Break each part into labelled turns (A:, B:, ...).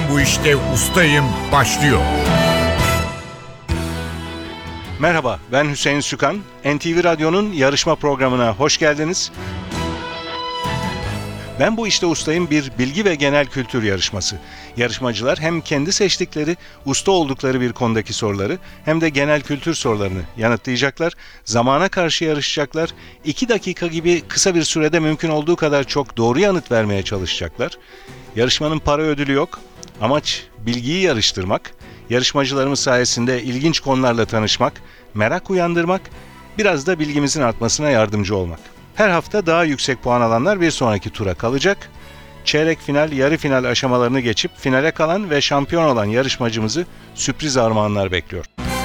A: bu işte ustayım başlıyor.
B: Merhaba, ben Hüseyin Sükan. NTV Radyo'nun yarışma programına hoş geldiniz. Ben bu işte ustayım bir bilgi ve genel kültür yarışması. Yarışmacılar hem kendi seçtikleri, usta oldukları bir konudaki soruları hem de genel kültür sorularını yanıtlayacaklar. Zamana karşı yarışacaklar. 2 dakika gibi kısa bir sürede mümkün olduğu kadar çok doğru yanıt vermeye çalışacaklar. Yarışmanın para ödülü yok. Amaç bilgiyi yarıştırmak, yarışmacılarımız sayesinde ilginç konularla tanışmak, merak uyandırmak, biraz da bilgimizin artmasına yardımcı olmak. Her hafta daha yüksek puan alanlar bir sonraki tura kalacak. Çeyrek final, yarı final aşamalarını geçip finale kalan ve şampiyon olan yarışmacımızı sürpriz armağanlar bekliyor.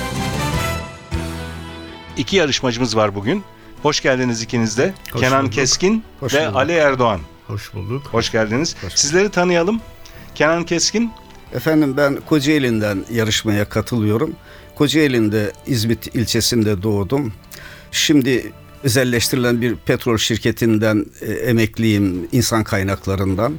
B: 2 yarışmacımız var bugün. Hoş geldiniz ikiniz de. Kenan Keskin ve Ali Erdoğan.
C: Hoş bulduk.
B: Hoş geldiniz. Sizleri tanıyalım. Kenan Keskin.
D: Efendim ben Kocaeli'nden yarışmaya katılıyorum. Kocaeli'nde İzmit ilçesinde doğdum. Şimdi özelleştirilen bir petrol şirketinden emekliyim, insan kaynaklarından.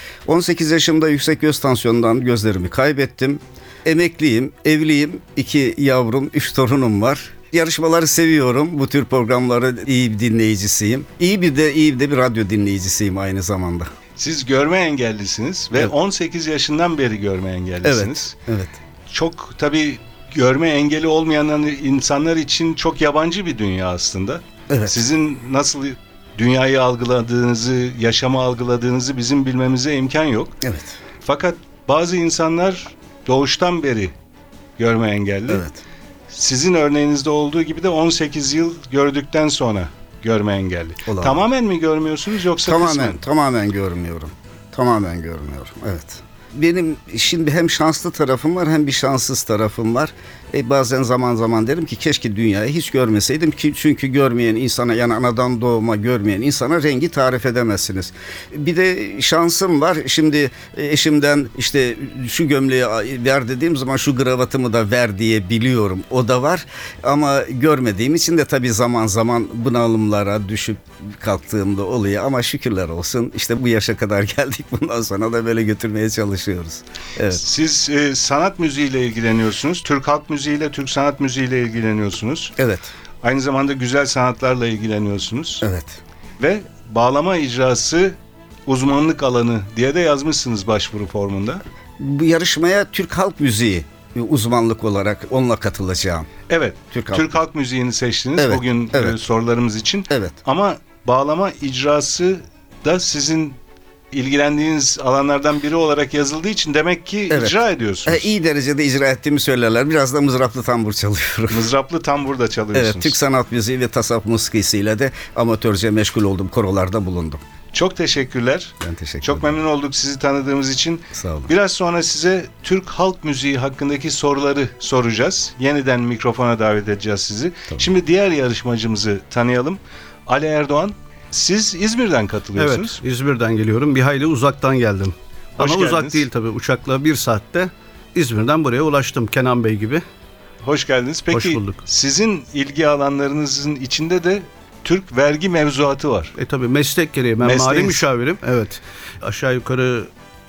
D: 18 yaşımda yüksek göz tansiyonundan gözlerimi kaybettim. Emekliyim, evliyim, 2 yavrum, 3 torunum var. Yarışmaları seviyorum. Bu tür programları iyi bir dinleyicisiyim. İyi bir de bir radyo dinleyicisiyim aynı zamanda.
B: Siz görme engellisiniz ve
D: Evet.
B: 18 yaşından beri görme engellisiniz.
D: Evet.
B: Çok tabii görme engeli olmayan insanlar için çok yabancı bir dünya aslında.
D: Evet.
B: Sizin nasıl dünyayı algıladığınızı, yaşamı algıladığınızı bizim bilmemize imkan yok.
D: Evet.
B: Fakat bazı insanlar doğuştan beri görme engelli.
D: Evet.
B: Sizin örneğinizde olduğu gibi de 18 yıl gördükten sonra görme engelli.
D: Olabilir.
B: Tamamen mi görmüyorsunuz yoksa kısmen?
D: Tamamen görmüyorum. Tamamen görmüyorum. Evet. Benim şimdi hem şanslı tarafım var hem bir şanssız tarafım var. Bazen zaman derim ki keşke dünyayı hiç görmeseydim ki çünkü görmeyen insana, yani anadan doğma görmeyen insana rengi tarif edemezsiniz. Bir de şansım var. Şimdi eşimden işte şu gömleği ver dediğim zaman şu kravatımı da ver diye biliyorum. O da var. Ama görmediğim için de tabii zaman bunalımlara düşüp kalktığımda oluyor. Ama şükürler olsun işte bu yaşa kadar geldik. Bundan sonra da böyle götürmeye çalışıyoruz. Evet.
B: Siz sanat müziğiyle ilgileniyorsunuz. Türk halk müziğiyle, Türk sanat müziğiyle ilgileniyorsunuz.
D: Evet.
B: Aynı zamanda güzel sanatlarla ilgileniyorsunuz.
D: Evet.
B: Ve bağlama icrası uzmanlık alanı diye de yazmışsınız başvuru formunda.
D: Bu yarışmaya Türk halk müziği uzmanlık olarak onunla katılacağım.
B: Evet.
D: Türk
B: Türk halk müziğini seçtiniz
D: Evet,
B: bugün
D: evet.
B: sorularımız için.
D: Evet.
B: Ama bağlama icrası da sizin ilgilendiğiniz alanlardan biri olarak yazıldığı için demek ki
D: Evet.
B: icra ediyorsunuz.
D: İyi derecede icra ettiğimi söylerler. Biraz da mızraplı tambur çalıyorum.
B: Mızraplı tambur çalıyorsunuz.
D: Evet, Türk sanat müziği ve tasavvuf musikisiyle de amatörce meşgul oldum. Korolarda bulundum.
B: Çok teşekkürler.
D: Ben teşekkür
B: Çok
D: ederim.
B: memnun olduk sizi tanıdığımız için.
D: Sağ olun.
B: Biraz sonra size Türk halk müziği hakkındaki soruları soracağız. Yeniden mikrofona davet edeceğiz sizi.
D: Tamam.
B: Şimdi diğer yarışmacımızı tanıyalım. Ali Erdoğan. Siz İzmir'den katılıyorsunuz.
C: Evet, İzmir'den geliyorum. Bir hayli uzaktan geldim.
B: Hoş
C: Ama
B: geldiniz.
C: uzak değil tabii. Uçakla 1 saatte İzmir'den buraya ulaştım. Kenan Bey gibi.
B: Hoş geldiniz. Peki
C: Hoş bulduk.
B: sizin ilgi alanlarınızın içinde de Türk vergi mevzuatı var.
C: Tabii meslek gereği. Ben mali
B: Mesleğiniz.
C: müşavirim. Evet. Aşağı yukarı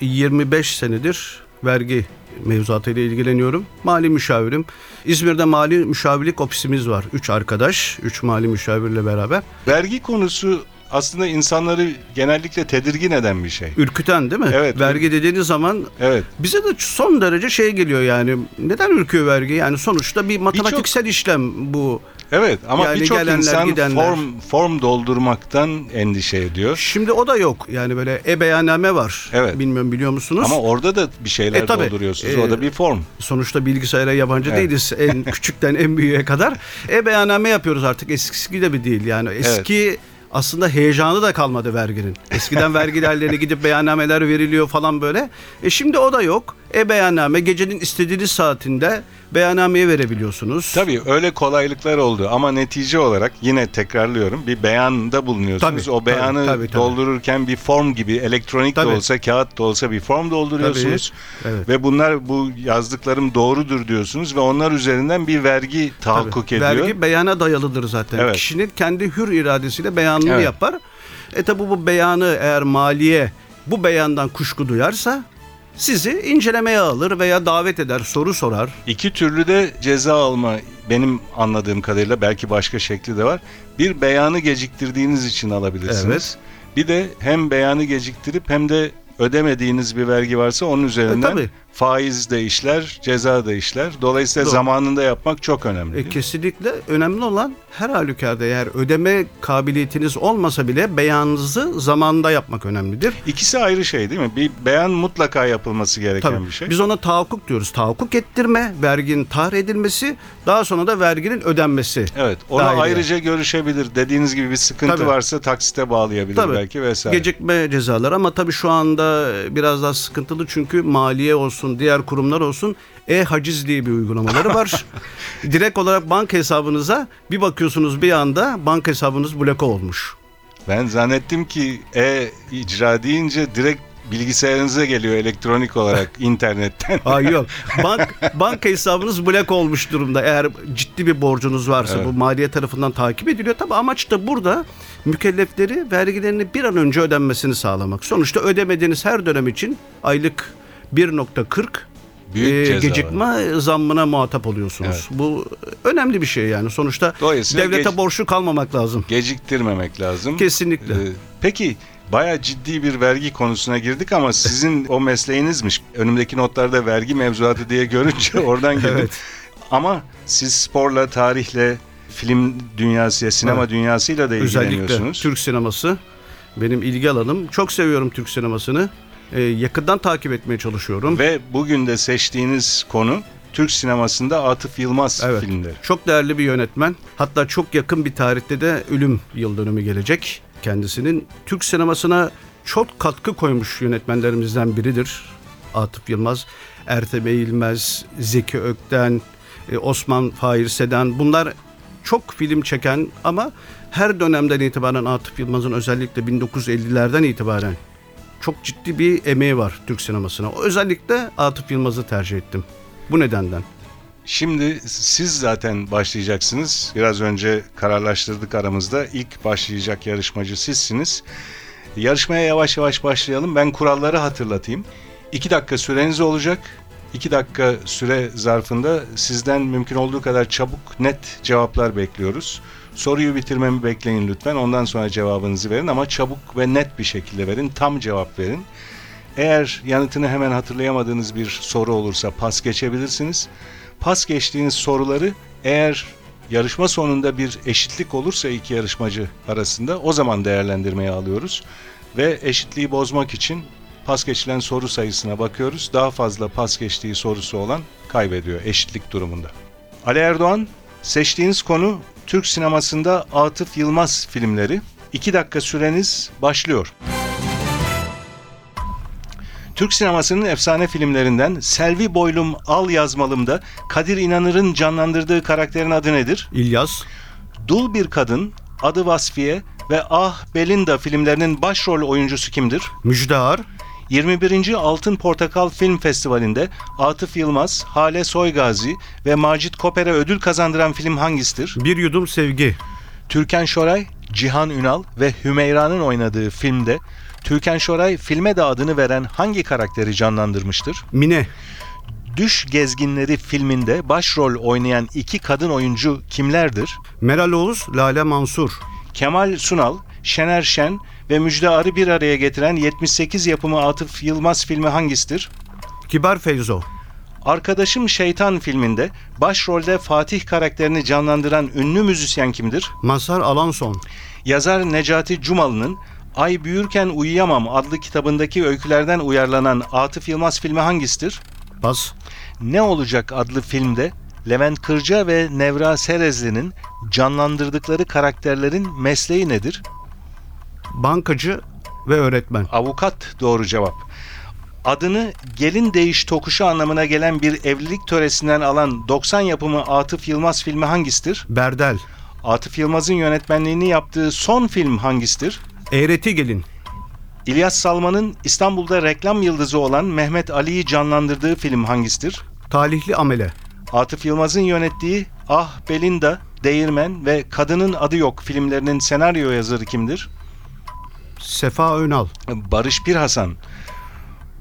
C: 25 senedir vergi mevzuatıyla ilgileniyorum. Mali müşavirim. İzmir'de mali müşavirlik ofisimiz var. 3 arkadaş, 3 mali müşavirle beraber.
B: Vergi konusu aslında insanları genellikle tedirgin eden bir şey.
C: Ürküten değil mi?
B: Evet.
C: Vergi dediğiniz zaman
B: Evet.
C: bize de son derece şey geliyor yani. Neden ürküyor vergi? Yani sonuçta bir matematiksel işlem bu.
B: Evet ama
C: Yani
B: birçok
C: gelenler,
B: insan
C: gidenler.
B: form doldurmaktan endişe ediyor.
C: Şimdi o da yok. Yani böyle e-beyanname var.
B: Evet.
C: Bilmiyorum biliyor musunuz?
B: Ama orada da bir şeyler
C: tabii.
B: dolduruyorsunuz. O da bir form.
C: Sonuçta bilgisayara yabancı
B: Evet.
C: değiliz. En küçükten en büyüğe kadar. E-beyanname yapıyoruz artık. Eskisi de bir değil. Yani eski aslında heyecanı da kalmadı verginin. Eskiden vergi dairelerine gidip beyannameler veriliyor falan böyle. Şimdi o da yok. E-beyanname gecenin istediğiniz saatinde beyannameye verebiliyorsunuz.
B: Tabii öyle kolaylıklar oldu ama netice olarak yine tekrarlıyorum bir beyanda bulunuyorsunuz.
C: Tabii,
B: O beyanı
C: tabii.
B: doldururken bir form gibi elektronik de
C: Tabii.
B: olsa kağıt da olsa bir form dolduruyorsunuz.
C: Tabii, evet.
B: Ve bunlar bu yazdıklarım doğrudur diyorsunuz ve onlar üzerinden bir vergi tahakkuk ediyor.
C: Vergi beyana dayalıdır zaten.
B: Evet.
C: Kişinin kendi hür iradesiyle beyanını
B: Evet.
C: yapar. Tabi bu beyanı eğer maliye bu beyandan kuşku duyarsa sizi incelemeye alır veya davet eder, soru sorar.
B: İki türlü de ceza alma benim anladığım kadarıyla, belki başka şekli de var. Bir, beyanı geciktirdiğiniz için alabilirsiniz.
C: Evet.
B: Bir de hem beyanı geciktirip hem de ödemediğiniz bir vergi varsa onun üzerinden
C: tabii.
B: faiz de işler, ceza da işler. Dolayısıyla
C: Doğru.
B: zamanında yapmak çok önemli. değil mi?
C: Kesinlikle önemli olan her halükarda eğer ödeme kabiliyetiniz olmasa bile beyanınızı zamanında yapmak önemlidir.
B: İkisi ayrı şey değil mi? Bir beyan mutlaka yapılması gereken
C: Tabii.
B: bir şey.
C: Biz ona tahakkuk diyoruz. Tahakkuk ettirme, verginin tahrir edilmesi, daha sonra da verginin ödenmesi.
B: Evet, ona
C: Daireye.
B: ayrıca görüşebilir. Dediğiniz gibi bir sıkıntı
C: Tabii.
B: varsa taksite bağlayabilir
C: Tabii.
B: belki vesaire.
C: Gecikme cezaları ama tabii şu anda biraz daha sıkıntılı çünkü maliye olsun, diğer kurumlar olsun e-haciz diye bir uygulamaları var. Direkt olarak banka hesabınıza bir bakıyorsunuz bir anda banka hesabınız bloke olmuş.
B: Ben zannettim ki icra deyince direkt bilgisayarınıza geliyor elektronik olarak internetten.
C: Hayır yok. Banka hesabınız bloke olmuş durumda. Eğer ciddi bir borcunuz varsa
B: Evet.
C: bu maliye tarafından takip ediliyor. Tabii amaç da burada mükellefleri vergilerini bir an önce ödenmesini sağlamak. Sonuçta ödemediğiniz her dönem için aylık 1.40
B: Büyük ceza
C: gecikme zammına muhatap oluyorsunuz.
B: Evet.
C: Bu önemli bir şey yani. Sonuçta
B: Dolayısıyla
C: devlete borçlu kalmamak lazım.
B: Geciktirmemek lazım.
C: Kesinlikle.
B: Peki bayağı ciddi bir vergi konusuna girdik ama sizin o mesleğinizmiş. Önümdeki notlarda vergi mevzuatı diye görünce oradan girdim.
C: Evet.
B: Ama siz sporla, tarihle, film dünyası, sinema
C: Evet.
B: dünyasıyla da
C: Özellikle
B: ilgileniyorsunuz.
C: Türk sineması benim ilgi alanım. Çok seviyorum Türk sinemasını. Yakından takip etmeye çalışıyorum.
B: Ve bugün de seçtiğiniz konu Türk sinemasında Atıf Yılmaz
C: Evet.
B: filmleri.
C: Çok değerli bir yönetmen. Hatta çok yakın bir tarihte de ölüm yıl dönümü gelecek kendisinin. Türk sinemasına çok katkı koymuş yönetmenlerimizden biridir Atıf Yılmaz. Ertem Eğilmez, Zeki Ökten, Osman Fahir Seden, bunlar çok film çeken ama her dönemden itibaren Atıf Yılmaz'ın özellikle 1950'lerden itibaren çok ciddi bir emeği var Türk sinemasına. Özellikle Atıf Yılmaz'ı tercih ettim. Bu nedenden.
B: Şimdi siz zaten başlayacaksınız. Biraz önce kararlaştırdık aramızda. İlk başlayacak yarışmacı sizsiniz. Yarışmaya yavaş yavaş başlayalım. Ben kuralları hatırlatayım. 2 dakika süreniz olacak. 2 dakika süre zarfında sizden mümkün olduğu kadar çabuk, net cevaplar bekliyoruz. Soruyu bitirmemi bekleyin lütfen. Ondan sonra cevabınızı verin ama çabuk ve net bir şekilde verin. Tam cevap verin. Eğer yanıtını hemen hatırlayamadığınız bir soru olursa pas geçebilirsiniz. Pas geçtiğiniz soruları eğer yarışma sonunda bir eşitlik olursa iki yarışmacı arasında o zaman değerlendirmeye alıyoruz. Ve eşitliği bozmak için pas geçilen soru sayısına bakıyoruz. Daha fazla pas geçtiği sorusu olan kaybediyor eşitlik durumunda. Ali Erdoğan, seçtiğiniz konu Türk sinemasında Atıf Yılmaz filmleri. 2 dakika süreniz başlıyor. Türk sinemasının efsane filmlerinden Selvi Boylum Al Yazmalım'da Kadir İnanır'ın canlandırdığı karakterin adı nedir?
C: İlyas,
B: Dul bir kadın, adı Vasfiye ve Ah Belinda filmlerinin başrol oyuncusu kimdir?
C: Müjdar,
B: 21. Altın Portakal Film Festivali'nde Atıf Yılmaz, Hale Soygazi ve Macit Koper'e ödül kazandıran film hangisidir?
C: Bir Yudum Sevgi,
B: Türkan Şoray, Cihan Ünal ve Hümeyra'nın oynadığı filmde Türkan Şoray filme de adını veren hangi karakteri canlandırmıştır?
C: Mine,
B: Düş Gezginleri filminde başrol oynayan 2 kadın oyuncu kimlerdir?
C: Meral Oğuz, Lale Mansur,
B: Kemal Sunal, Şener Şen ve Müjde Arı bir araya getiren 78 yapımı Atıf Yılmaz filmi hangisidir?
C: Kibar Feyzo,
B: Arkadaşım Şeytan filminde başrolde Fatih karakterini canlandıran ünlü müzisyen kimdir?
C: Mazhar Alanson,
B: Yazar Necati Cumalı'nın Ay Büyürken Uyuyamam adlı kitabındaki öykülerden uyarlanan Atıf Yılmaz filmi hangisidir?
C: Bas,
B: Ne Olacak adlı filmde Levent Kırca ve Nevra Serezli'nin canlandırdıkları karakterlerin mesleği nedir?
C: Bankacı ve öğretmen.
B: Avukat doğru cevap. Adını gelin değiş tokuşu anlamına gelen bir evlilik töresinden alan 90 yapımı Atıf Yılmaz filmi hangisidir?
C: Berdel,
B: Atıf Yılmaz'ın yönetmenliğini yaptığı son film hangisidir?
C: Eğreti Gelin,
B: İlyas Salman'ın İstanbul'da reklam yıldızı olan Mehmet Ali'yi canlandırdığı film hangisidir?
C: Talihli Amele,
B: Atıf Yılmaz'ın yönettiği Ah Belinda, Değirmen ve Kadının Adı Yok filmlerinin senaryo yazarı kimdir?
C: Sefa Önal,
B: Barış Pirhasan.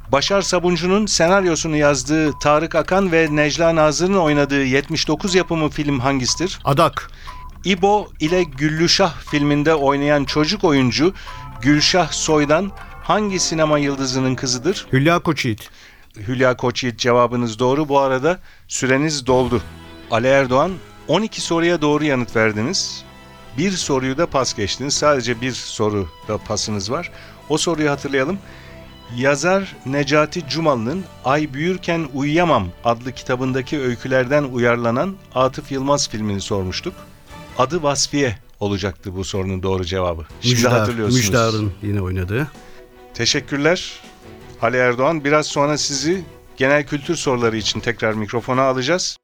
B: Başar Sabuncu'nun senaryosunu yazdığı Tarık Akan ve Necla Nazır'ın oynadığı 79 yapımı film hangisidir?
C: Adak.
B: İbo ile Güllüşah filminde oynayan çocuk oyuncu Gülşah Soydan hangi sinema yıldızının kızıdır?
C: Hülya Koçyiğit.
B: Hülya Koçyiğit, cevabınız doğru. Bu arada süreniz doldu. Ali Erdoğan, 12 soruya doğru yanıt verdiniz. Bir soruyu da pas geçtiniz. Sadece bir soruda pasınız var. O soruyu hatırlayalım. Yazar Necati Cumalı'nın Ay Büyürken Uyuyamam adlı kitabındaki öykülerden uyarlanan Atıf Yılmaz filmini sormuştuk. Adı Vasfiye olacaktı bu sorunun doğru cevabı. Şimdi hatırlıyorsunuz.
C: Müjdar'ın yine oynadığı.
B: Teşekkürler Ali Erdoğan. Biraz sonra sizi genel kültür soruları için tekrar mikrofona alacağız.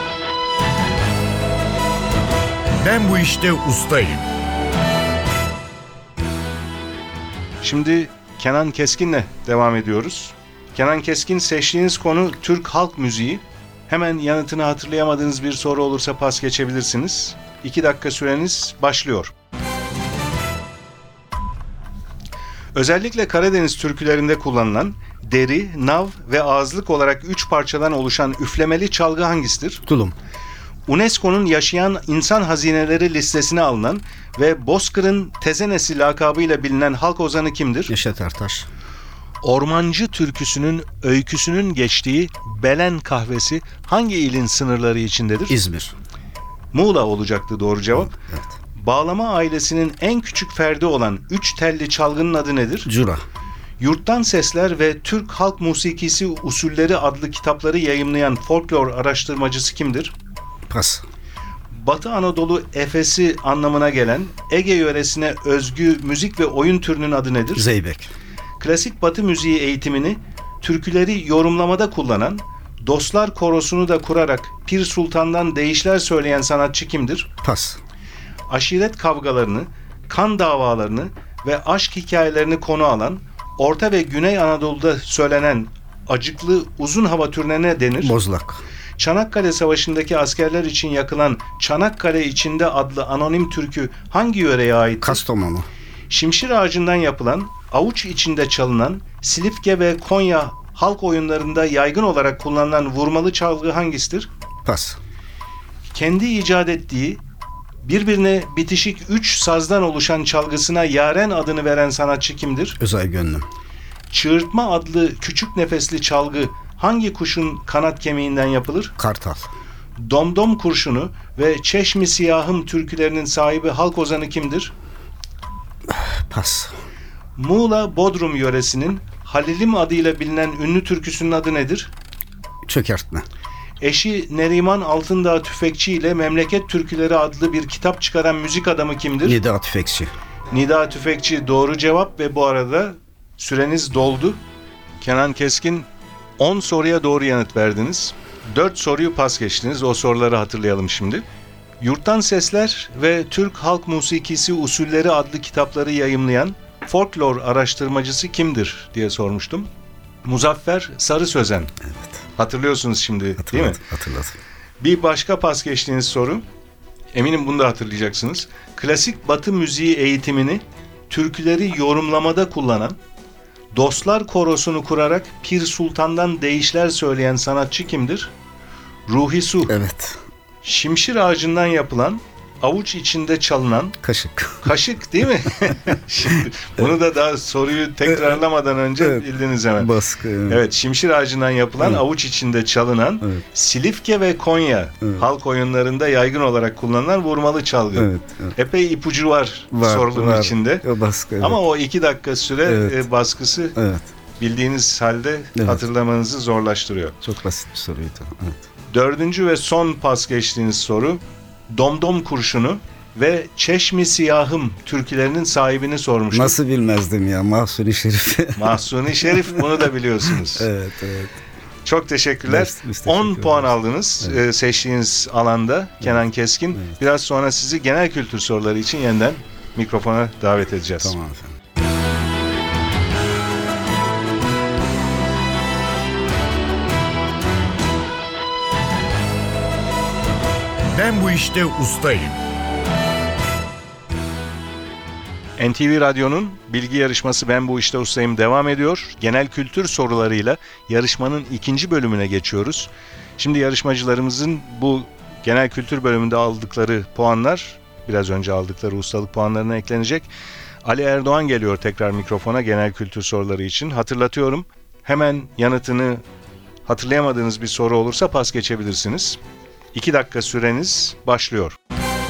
A: Ben bu işte ustayım.
B: Şimdi Kenan Keskin'le devam ediyoruz. Kenan Keskin, seçtiğiniz konu Türk halk müziği. Hemen yanıtını hatırlayamadığınız bir soru olursa pas geçebilirsiniz. 2 dakika süreniz başlıyor. Özellikle Karadeniz türkülerinde kullanılan deri, nav ve ağızlık olarak 3 parçadan oluşan üflemeli çalgı hangisidir?
D: Tulum.
B: UNESCO'nun yaşayan insan hazineleri listesine alınan ve Bozkır'ın tezenesi lakabıyla bilinen halk ozanı kimdir?
D: Neşet Ertaş.
B: Ormancı türküsünün öyküsünün geçtiği Belen kahvesi hangi ilin sınırları içindedir?
D: İzmir.
B: Muğla olacaktı doğru cevap.
D: Evet.
B: Bağlama ailesinin en küçük ferdi olan 3 telli çalgının adı nedir?
D: Cura.
B: Yurttan Sesler ve Türk Halk Musikisi Usulleri adlı kitapları yayımlayan folklor araştırmacısı kimdir?
D: Pas.
B: Batı Anadolu Efesi anlamına gelen Ege yöresine özgü müzik ve oyun türünün adı nedir?
D: Zeybek.
B: Klasik Batı müziği eğitimini türküleri yorumlamada kullanan, Dostlar Korosu'nu da kurarak Pir Sultan'dan deyişler söyleyen sanatçı kimdir?
D: Pas.
B: Aşiret kavgalarını, kan davalarını ve aşk hikayelerini konu alan, Orta ve Güney Anadolu'da söylenen acıklı uzun hava türüne ne denir?
D: Bozlak.
B: Çanakkale Savaşı'ndaki askerler için yakılan Çanakkale içinde adlı anonim türkü hangi yöreye aittir?
D: Kastamonu.
B: Şimşir ağacından yapılan, avuç içinde çalınan, Silifke ve Konya halk oyunlarında yaygın olarak kullanılan vurmalı çalgı hangisidir?
D: Pas.
B: Kendi icat ettiği, birbirine bitişik 3 sazdan oluşan çalgısına yaren adını veren sanatçı kimdir?
D: Özay Gönlüm.
B: Çığırtma adlı küçük nefesli çalgı hangi kuşun kanat kemiğinden yapılır?
D: Kartal.
B: Domdom kurşunu ve Çeşmi Siyahım türkülerinin sahibi halk ozanı kimdir?
D: Pas.
B: Muğla Bodrum yöresinin Halilim adıyla bilinen ünlü türküsünün adı nedir?
D: Çökertme.
B: Eşi Neriman Altındağ Tüfekçi ile Memleket Türküleri adlı bir kitap çıkaran müzik adamı kimdir?
D: Nida Tüfekçi.
B: Nida Tüfekçi doğru cevap ve bu arada süreniz doldu. Kenan Keskin, 10 soruya doğru yanıt verdiniz. 4 soruyu pas geçtiniz. O soruları hatırlayalım şimdi. Yurttan Sesler ve Türk Halk Musikisi Usulleri adlı kitapları yayımlayan folklor araştırmacısı kimdir diye sormuştum. Muzaffer Sarı Sözen.
D: Evet.
B: Hatırlıyorsunuz şimdi değil mi?
D: Hatırladım.
B: Bir başka pas geçtiğiniz soru. Eminim bunu da hatırlayacaksınız. Klasik Batı müziği eğitimini türküleri yorumlamada kullanan, Dostlar Korosu'nu kurarak Pir Sultan'dan deyişler söyleyen sanatçı kimdir? Ruhi Su.
D: Evet.
B: Şimşir ağacından yapılan, avuç içinde çalınan
D: Kaşık.
B: kaşık değil mi? Şimdi bunu da daha soruyu tekrarlamadan önce
D: Evet.
B: bildiniz hemen.
D: Baskı.
B: Evet, şimşir ağacından yapılan,
D: Evet.
B: avuç içinde çalınan,
D: Evet.
B: Silifke ve Konya
D: Evet.
B: halk oyunlarında yaygın olarak kullanılan vurmalı çalgı.
D: Evet. Evet.
B: Epey ipucu var sorunun içinde.
D: O baskı. Evet.
B: Ama o 2 dakika süre
D: Evet.
B: baskısı
D: Evet.
B: bildiğiniz halde
D: Evet.
B: hatırlamanızı zorlaştırıyor.
D: Çok basit bir soruydu. Evet.
B: 4. ve son pas geçtiğiniz soru, Domdom Kurşunu ve Çeşmi Siyahım türkülerinin sahibini sormuştum.
D: Nasıl bilmezdim ya, Mahsuni Şerif.
B: Mahsuni Şerif, bunu da biliyorsunuz.
D: Evet, evet.
B: Çok teşekkürler.
D: Biz teşekkür
B: 10 puan
D: ederiz.
B: aldınız seçtiğiniz alanda Kenan Keskin.
D: Evet.
B: Biraz sonra sizi genel kültür soruları için yeniden mikrofona davet edeceğiz.
D: Tamam efendim.
A: Ben bu işte ustayım.
B: NTV Radyo'nun bilgi yarışması Ben Bu İşte Ustayım devam ediyor. Genel kültür sorularıyla yarışmanın ikinci bölümüne geçiyoruz. Şimdi yarışmacılarımızın bu genel kültür bölümünde aldıkları puanlar, biraz önce aldıkları ustalık puanlarına eklenecek. Ali Erdoğan geliyor tekrar mikrofona genel kültür soruları için. Hatırlatıyorum, hemen yanıtını hatırlayamadığınız bir soru olursa pas geçebilirsiniz. 2 dakika süreniz başlıyor.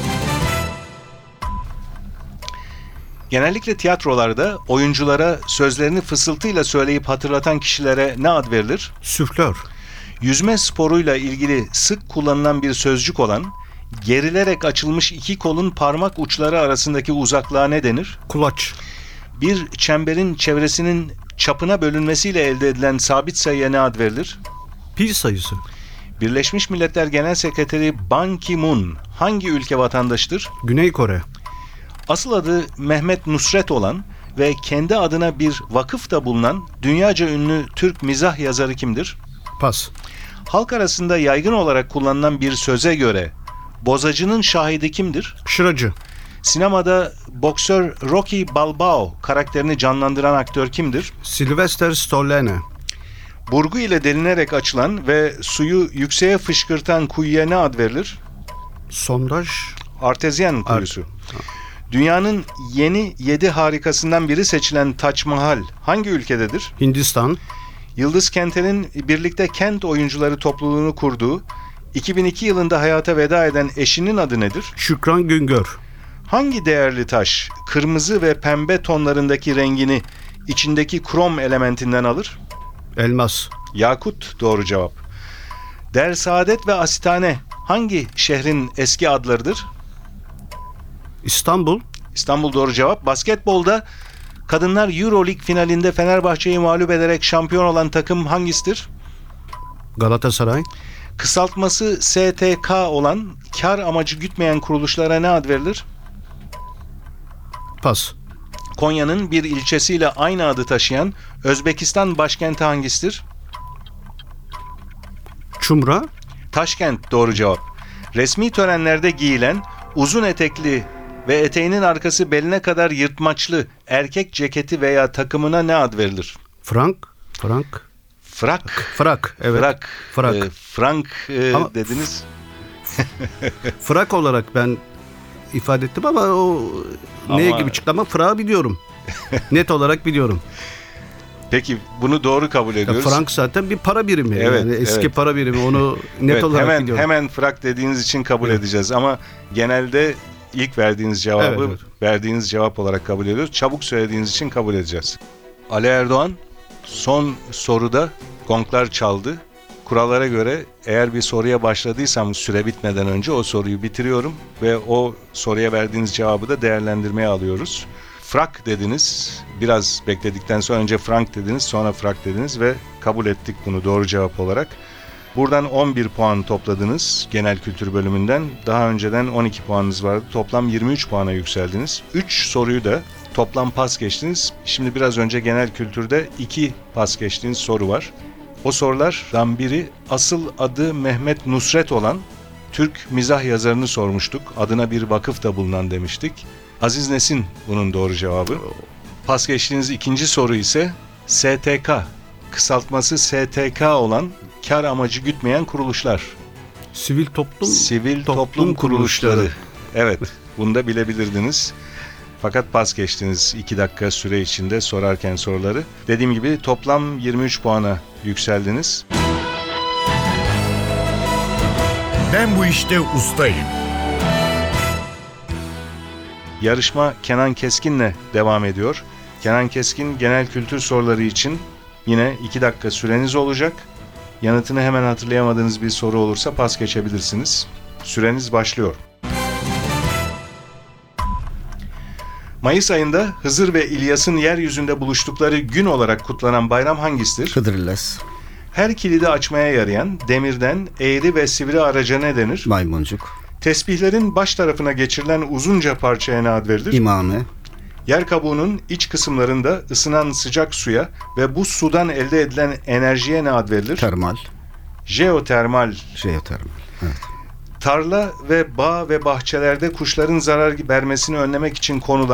B: Genellikle tiyatrolarda oyunculara sözlerini fısıltıyla söyleyip hatırlatan kişilere ne ad verilir?
C: Süflör.
B: Yüzme sporuyla ilgili sık kullanılan bir sözcük olan gerilerek açılmış iki kolun parmak uçları arasındaki uzaklığa ne denir?
C: Kulaç.
B: Bir çemberin çevresinin çapına bölünmesiyle elde edilen sabit sayıya ne ad verilir?
C: Pi sayısı.
B: Birleşmiş Milletler Genel Sekreteri Ban Ki-moon hangi ülke vatandaşıdır?
C: Güney Kore.
B: Asıl adı Mehmet Nusret olan ve kendi adına bir vakıf da bulunan dünyaca ünlü Türk mizah yazarı kimdir?
C: Pas.
B: Halk arasında yaygın olarak kullanılan bir söze göre bozacının şahidi kimdir?
C: Şıracı.
B: Sinemada boksör Rocky Balboa karakterini canlandıran aktör kimdir?
C: Sylvester Stallone.
B: Burgu ile delinerek açılan ve suyu yükseğe fışkırtan kuyuya ne ad verilir?
C: Sondaj.
B: Artezyen kuyusu. Dünyanın yeni 7 harikasından biri seçilen Taç Mahal hangi ülkededir?
C: Hindistan.
B: Yıldız Kenter'in birlikte kent oyuncuları topluluğunu kurduğu, 2002 yılında hayata veda eden eşinin adı nedir?
C: Şükran Güngör.
B: Hangi değerli taş kırmızı ve pembe tonlarındaki rengini içindeki krom elementinden alır?
C: Elmas.
B: Yakut doğru cevap. Dersaadet ve Asitane hangi şehrin eski adlarıdır?
C: İstanbul.
B: İstanbul doğru cevap. Basketbolda kadınlar Euroleague finalinde Fenerbahçe'yi mağlup ederek şampiyon olan takım hangisidir?
C: Galatasaray.
B: Kısaltması STK olan kar amacı gütmeyen kuruluşlara ne ad verilir?
C: Pas.
B: Konya'nın bir ilçesiyle aynı adı taşıyan Özbekistan başkenti hangisidir?
C: Çumra.
B: Taşkent doğru cevap. Resmi törenlerde giyilen uzun etekli ve eteğinin arkası beline kadar yırtmaçlı erkek ceketi veya takımına ne ad verilir?
C: Frank.
B: Frak.
C: Frak. Evet. Frak.
B: Frank
C: Ama
B: dediniz.
C: Frak olarak ben ifade ettim ama o neye gibi çıktı ama Frak'ı biliyorum. Net olarak biliyorum.
B: Peki bunu doğru kabul ediyoruz.
C: Frank zaten bir para birimi.
B: Evet,
C: yani eski
B: evet.
C: para birimi, onu net
B: Evet,
C: olarak biliyorum.
B: hemen frak dediğiniz için kabul
C: Evet.
B: edeceğiz ama genelde ilk verdiğiniz cevabı
C: Evet.
B: verdiğiniz cevap olarak kabul ediyoruz. Çabuk söylediğiniz için kabul edeceğiz. Ali Erdoğan son soruda gonglar çaldı. Kurallara göre eğer bir soruya başladıysam süre bitmeden önce o soruyu bitiriyorum ve o soruya verdiğiniz cevabı da değerlendirmeye alıyoruz. Frak dediniz. Biraz bekledikten sonra önce frank dediniz, sonra frak dediniz ve kabul ettik bunu doğru cevap olarak. Buradan 11 puan topladınız genel kültür bölümünden. Daha önceden 12 puanınız vardı. Toplam 23 puana yükseldiniz. 3 soruyu da toplam pas geçtiniz. Şimdi biraz önce genel kültürde 2 pas geçtiğiniz soru var. O sorulardan biri asıl adı Mehmet Nusret olan Türk mizah yazarını sormuştuk. Adına bir vakıf da bulunan demiştik. Aziz Nesin bunun doğru cevabı. Pas geçtiğiniz ikinci soru ise STK. Kısaltması STK olan kar amacı gütmeyen kuruluşlar.
C: Sivil
B: toplum kuruluşları. Evet, bunu da bilebilirdiniz. Fakat pas geçtiniz 2 dakika süre içinde sorarken soruları. Dediğim gibi toplam 23 puana yükseldiniz.
A: Ben bu işte ustayım.
B: Yarışma Kenan Keskin'le devam ediyor. Kenan Keskin genel kültür soruları için yine 2 dakika süreniz olacak. Yanıtını hemen hatırlayamadığınız bir soru olursa pas geçebilirsiniz. Süreniz başlıyor. Mayıs ayında Hızır ve İlyas'ın yeryüzünde buluştukları gün olarak kutlanan bayram hangisidir?
D: Hıdrellez.
B: Her kilidi açmaya yarayan demirden eğri ve sivri araca ne denir?
D: Maymuncuk.
B: Tesbihlerin baş tarafına geçirilen uzunca parçaya ne ad verilir?
D: İmame.
B: Yer kabuğunun iç kısımlarında ısınan sıcak suya ve bu sudan elde edilen enerjiye ne ad verilir?
D: Termal.
B: Jeotermal.
D: Jeotermal. Evet.
B: Tarla ve bağ ve bahçelerde kuşların zarar vermesini önlemek için konulan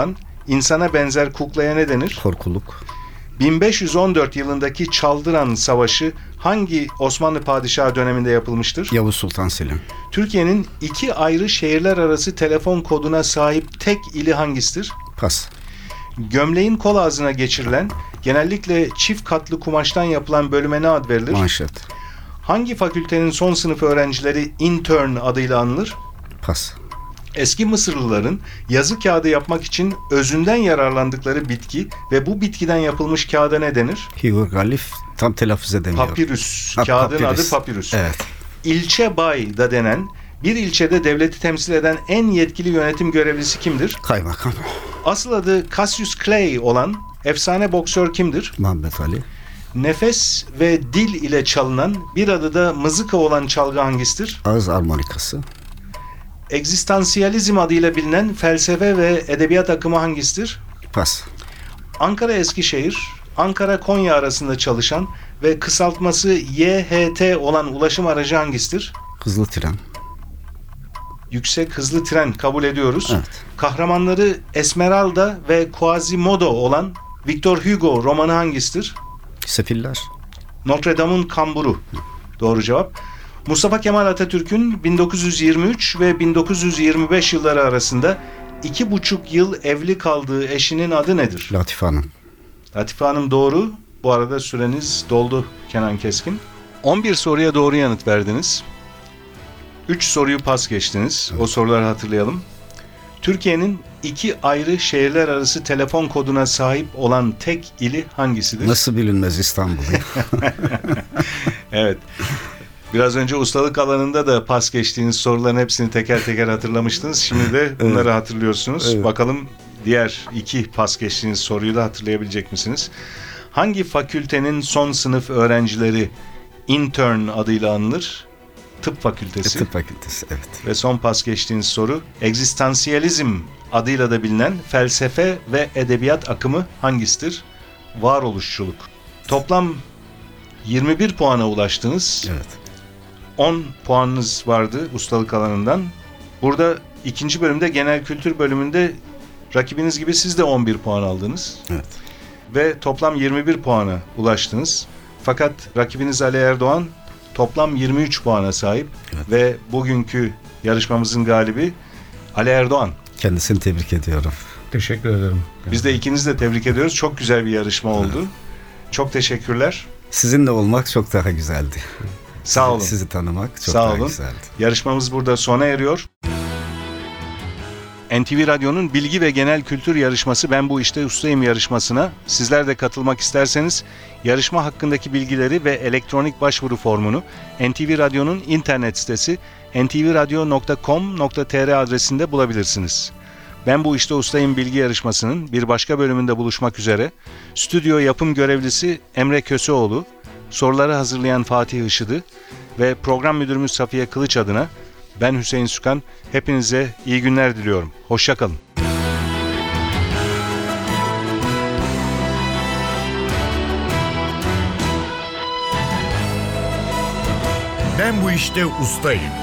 B: insana benzer kuklaya ne denir?
D: Korkuluk.
B: 1514 yılındaki Çaldıran Savaşı hangi Osmanlı padişahı döneminde yapılmıştır?
D: Yavuz Sultan Selim.
B: Türkiye'nin 2 ayrı şehirler arası telefon koduna sahip tek ili hangisidir?
D: Pas.
B: Gömleğin kol ağzına geçirilen, genellikle çift katlı kumaştan yapılan bölüme ne ad verilir?
D: Manşet.
B: Hangi fakültenin son sınıf öğrencileri intern adıyla anılır?
D: Pas.
B: Eski Mısırlıların yazı kağıdı yapmak için özünden yararlandıkları bitki ve bu bitkiden yapılmış kağıda ne denir?
D: Hieroglif tam telaffuz edemiyorum.
B: Papirüs.
D: Ha,
B: Kağıdın
D: papirüs.
B: adı papirüs.
D: Evet.
B: İlçe bay da denen bir ilçede devleti temsil eden en yetkili yönetim görevlisi kimdir?
D: Kaymakam.
B: Asıl adı Cassius Clay olan efsane boksör kimdir?
D: Muhammed Ali.
B: Nefes ve dil ile çalınan, bir adı da mızıka olan çalgı hangisidir?
D: Ağız armonikası.
B: Egzistansiyalizm adıyla bilinen felsefe ve edebiyat akımı hangisidir?
D: Pas.
B: Ankara Eskişehir, Ankara Konya arasında çalışan ve kısaltması YHT olan ulaşım aracı hangisidir?
D: Hızlı tren.
B: Yüksek hızlı tren kabul ediyoruz.
D: Evet.
B: Kahramanları Esmeralda ve Quasimodo olan Victor Hugo romanı hangisidir?
D: Sefiller.
B: Notre Dame'un kamburu. Doğru cevap. Mustafa Kemal Atatürk'ün 1923 ve 1925 yılları arasında 2,5 yıl evli kaldığı eşinin adı nedir?
D: Latife Hanım.
B: Latife Hanım doğru. Bu arada süreniz doldu Kenan Keskin. 11 soruya doğru yanıt verdiniz. 3 soruyu pas geçtiniz. O soruları hatırlayalım. Türkiye'nin 2 ayrı şehirler arası telefon koduna sahip olan tek ili hangisidir?
D: Nasıl bilinmez İstanbul?
B: Evet. Biraz önce ustalık alanında da pas geçtiğiniz soruların hepsini teker teker hatırlamıştınız. Şimdi de bunları hatırlıyorsunuz.
D: Evet.
B: Bakalım diğer 2 pas geçtiğiniz soruyu da hatırlayabilecek misiniz? Hangi fakültenin son sınıf öğrencileri intern adıyla anılır? Tıp fakültesi.
D: Tıp fakültesi, evet.
B: Ve son pas geçtiğiniz soru, egzistansiyalizm adıyla da bilinen felsefe ve edebiyat akımı hangisidir? Varoluşçuluk. Toplam 21 puana ulaştınız.
D: Evet.
B: 10 puanınız vardı ustalık alanından. Burada ikinci bölümde genel kültür bölümünde rakibiniz gibi siz de 11 puan aldınız.
D: Evet.
B: Ve toplam 21 puana ulaştınız. Fakat rakibiniz Ali Erdoğan toplam 23 puana sahip.
D: Evet.
B: Ve bugünkü yarışmamızın galibi Ali Erdoğan.
D: Kendisini tebrik ediyorum.
C: Teşekkür ederim.
B: Biz de ikinizi de tebrik ediyoruz. Çok güzel bir yarışma oldu. Çok teşekkürler.
D: Sizinle olmak çok daha güzeldi.
B: Sağ olun.
D: Sizi tanımak çok
B: Sağ
D: daha
B: olun.
D: güzeldi.
B: Yarışmamız burada sona eriyor. NTV Radyo'nun bilgi ve genel kültür yarışması Ben Bu İşte Ustayım yarışmasına sizler de katılmak isterseniz yarışma hakkındaki bilgileri ve elektronik başvuru formunu NTV Radyo'nun internet sitesi ntvradio.com.tr adresinde bulabilirsiniz. Ben Bu İşte Ustayım bilgi yarışmasının bir başka bölümünde buluşmak üzere. Stüdyo yapım görevlisi Emre Köseoğlu, soruları hazırlayan Fatih Işıdı ve program müdürümüz Safiye Kılıç adına ben Hüseyin Sükan. Hepinize iyi günler diliyorum. Hoşça kalın.
A: Ben bu işte ustayım.